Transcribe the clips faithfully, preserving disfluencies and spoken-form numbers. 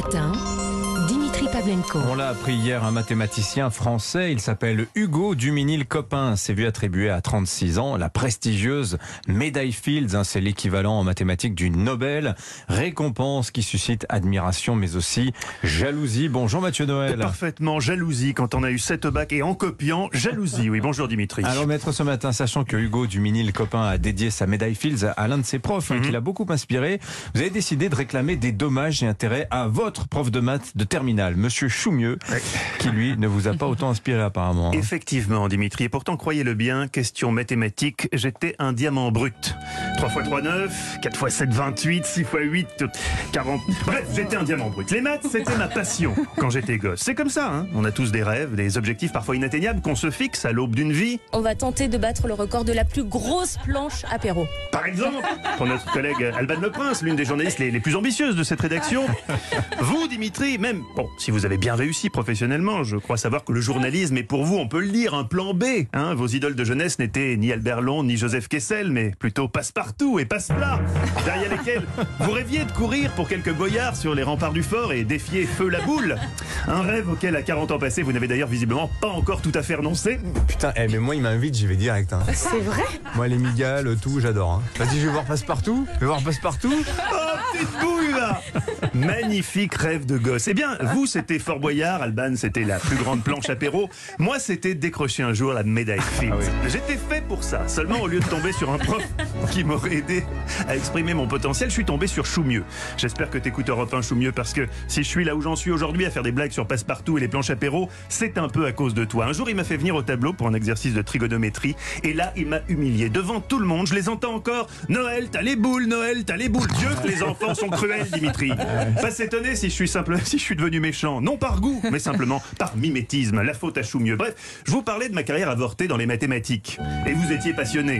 matin, Dimitri Pavlenko. On l'a appris hier, un mathématicien français, il s'appelle Hugo Duminil-Copin, s'est vu attribuer à trente-six ans la prestigieuse médaille Fields, hein, c'est l'équivalent en mathématiques du Nobel, récompense qui suscite admiration mais aussi jalousie. Bonjour Mathieu Noël. Parfaitement, jalousie quand on a eu sept au bac et en copiant, jalousie. Oui, bonjour Dimitri. Alors maître, ce matin, sachant que Hugo Duminil-Copin a dédié sa médaille Fields à l'un de ses profs, hein, mm-hmm. qui l'a beaucoup inspiré, vous avez décidé de réclamer des dommages et intérêts à votre prof de maths de terminale, Monsieur Choumieux, ouais. qui lui ne vous a pas autant inspiré apparemment. Hein. Effectivement Dimitri, et pourtant croyez-le bien, question mathématique, j'étais un diamant brut. trois fois trois, neuf, quatre fois sept, vingt-huit, six fois huit, quarante... Bref, j'étais un diamant brut. Les maths, c'était ma passion quand j'étais gosse. C'est comme ça, hein. On a tous des rêves, des objectifs parfois inatteignables qu'on se fixe à l'aube d'une vie. On va tenter de battre le record de la plus grosse planche apéro. Par exemple, pour notre collègue Alban Leprince, l'une des journalistes les, les plus ambitieuses de cette rédaction. Vous, Dimitri, même, bon, si vous avez bien réussi professionnellement, je crois savoir que le journalisme est pour vous, on peut le dire, un plan B. Hein, vos idoles de jeunesse n'étaient ni Albert Long, ni Joseph Kessel, mais plutôt Passepartout et Passe-Plat, derrière lesquels vous rêviez de courir pour quelques boyards sur les remparts du fort et défier Feu la boule. Un rêve auquel, à quarante ans passés, vous n'avez d'ailleurs visiblement pas encore tout à fait renoncé. Putain, eh, mais moi il m'invite, j'y vais direct. Hein. C'est vrai? Moi les migas, le tout, j'adore. Hein. Vas-y, je vais voir Passepartout. Je vais voir Passepartout. Oh, petite bouille là. Magnifique rêve de gosse. Eh bien, vous c'était Fort Boyard, Alban c'était la plus grande planche apéro. Moi c'était décrocher un jour la médaille Fields. Ah oui. J'étais fait pour ça. Seulement au lieu de tomber sur un prof qui m'aurait aidé à exprimer mon potentiel, je suis tombé sur Choumieux. J'espère que t'écoutes Europe un, Choumieux, parce que si je suis là où j'en suis aujourd'hui à faire des blagues sur Passepartout et les planches apéro, c'est un peu à cause de toi. Un jour il m'a fait venir au tableau pour un exercice de trigonométrie et là il m'a humilié devant tout le monde. Je les entends encore. Noël, t'as les boules, Noël, t'as les boules. Dieu que les enfants sont cruels, Dimitri. Pas s'étonner si je suis simple, si je suis devenu méchant, non par goût, mais simplement par mimétisme. La faute à Choumieux. Bref, je vous parlais de ma carrière avortée dans les mathématiques. Et vous étiez passionné.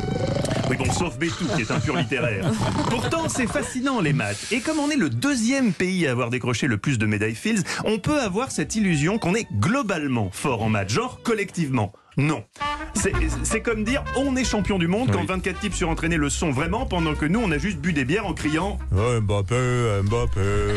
Oui bon, sauf Bétou qui est un pur littéraire. Pourtant, c'est fascinant les maths. Et comme on est le deuxième pays à avoir décroché le plus de médailles Fields, on peut avoir cette illusion qu'on est globalement fort en maths, genre collectivement. Non. C'est comme dire on est champion du monde, oui, quand vingt-quatre types surentraînés le sont vraiment, pendant que nous on a juste bu des bières en criant oh, Mbappé, Mbappé.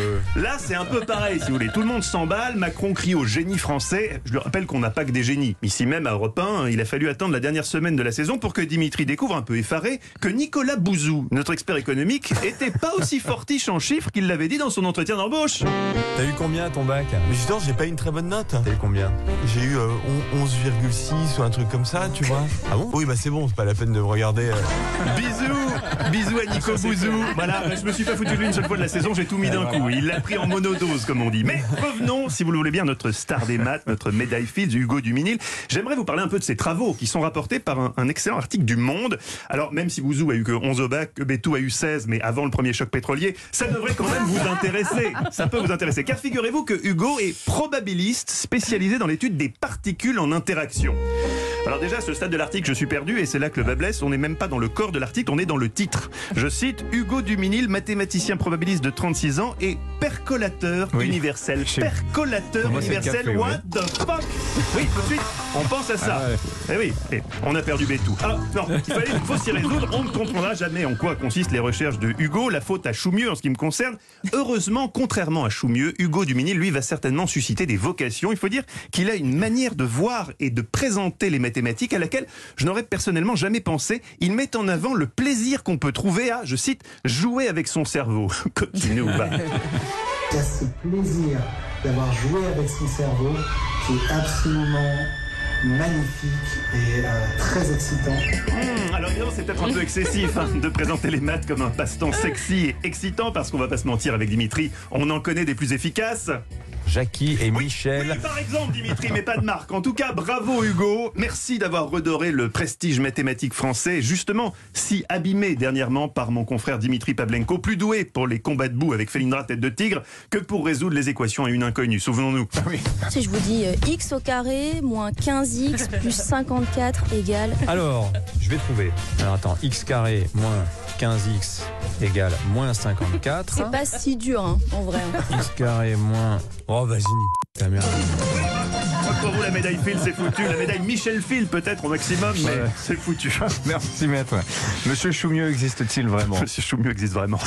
Là c'est un peu pareil si vous voulez. Tout le monde s'emballe, Macron crie au génie français. Je lui rappelle qu'on n'a pas que des génies. Ici même à Europe un, il a fallu attendre la dernière semaine de la saison pour que Dimitri découvre un peu effaré que Nicolas Bouzou, notre expert économique, était pas aussi fortiche en chiffres qu'il l'avait dit dans son entretien d'embauche. T'as eu combien ton bac? Mais justement j'ai pas eu une très bonne note. T'as eu combien? J'ai eu euh, onze virgule six ou un truc comme ça, tu vois. Ah bon? Oui, bah c'est bon, c'est pas la peine de me regarder. Euh... Bisous, bisous à Nico Bouzou. Voilà, je me suis pas foutu de lui une seule fois de la saison, j'ai tout mis d'un coup. Il l'a pris en monodose, comme on dit. Mais revenons, si vous le voulez bien, notre star des maths, notre médaille Fields, Hugo Duminil. J'aimerais vous parler un peu de ses travaux qui sont rapportés par un, un excellent article du Monde. Alors, même si Bouzou a eu que onze au bac, que Bétou a eu seize, mais avant le premier choc pétrolier, ça devrait quand même vous intéresser. Ça peut vous intéresser. Car figurez-vous que Hugo est probabiliste spécialisé dans l'étude des particules en interaction. Alors déjà, à ce stade de l'article, je suis perdu et c'est là que le bas blesse. On n'est même pas dans le corps de l'article, on est dans le titre. Je cite Hugo Duminil, mathématicien probabiliste de trente-six ans et percolateur oui. universel. Percolateur moi, universel, café, what oui. the fuck? Oui, tout de suite, on pense à ça. Ah ouais. Eh oui, et on a perdu Bétou. Alors, non, il fallait, il faut s'y résoudre. On ne comprendra jamais en quoi consistent les recherches de Hugo. La faute à Choumieux en ce qui me concerne. Heureusement, contrairement à Choumieux, Hugo Duminil, lui, va certainement susciter des vocations. Il faut dire qu'il a une manière de voir et de présenter les mathématiques à laquelle je n'aurais personnellement jamais pensé. Il met en avant le plaisir qu'on peut trouver à, je cite, jouer avec son cerveau. Continue ou pas? Il y a ce plaisir d'avoir joué avec son cerveau qui est absolument magnifique et euh, très excitant. Mmh, alors évidemment c'est peut-être un peu excessif hein, de présenter les maths comme un passe-temps sexy et excitant, parce qu'on va pas se mentir avec Dimitri, on en connaît des plus efficaces. Jackie et oui, Michel. Oui, par exemple, Dimitri, mais pas de marque. En tout cas, bravo Hugo. Merci d'avoir redoré le prestige mathématique français, justement si abîmé dernièrement par mon confrère Dimitri Pavlenko, plus doué pour les combats de boue avec Félindra tête de tigre que pour résoudre les équations à une inconnue. Souvenons-nous. Ah oui. Si je vous dis euh, x au carré moins quinze x plus cinquante-quatre égale... Alors, je vais trouver. Alors attends, x carré moins quinze x égale moins cinquante-quatre. C'est pas si dur, hein, en vrai. X carré moins... Oh, vas-y, ta merde. Pour vous, la médaille Fields, c'est foutu. La médaille Michel Field, peut-être au maximum, mais ouais. c'est foutu. Merci, maître. Monsieur Choumieux existe-t-il vraiment? Monsieur Choumieux existe vraiment.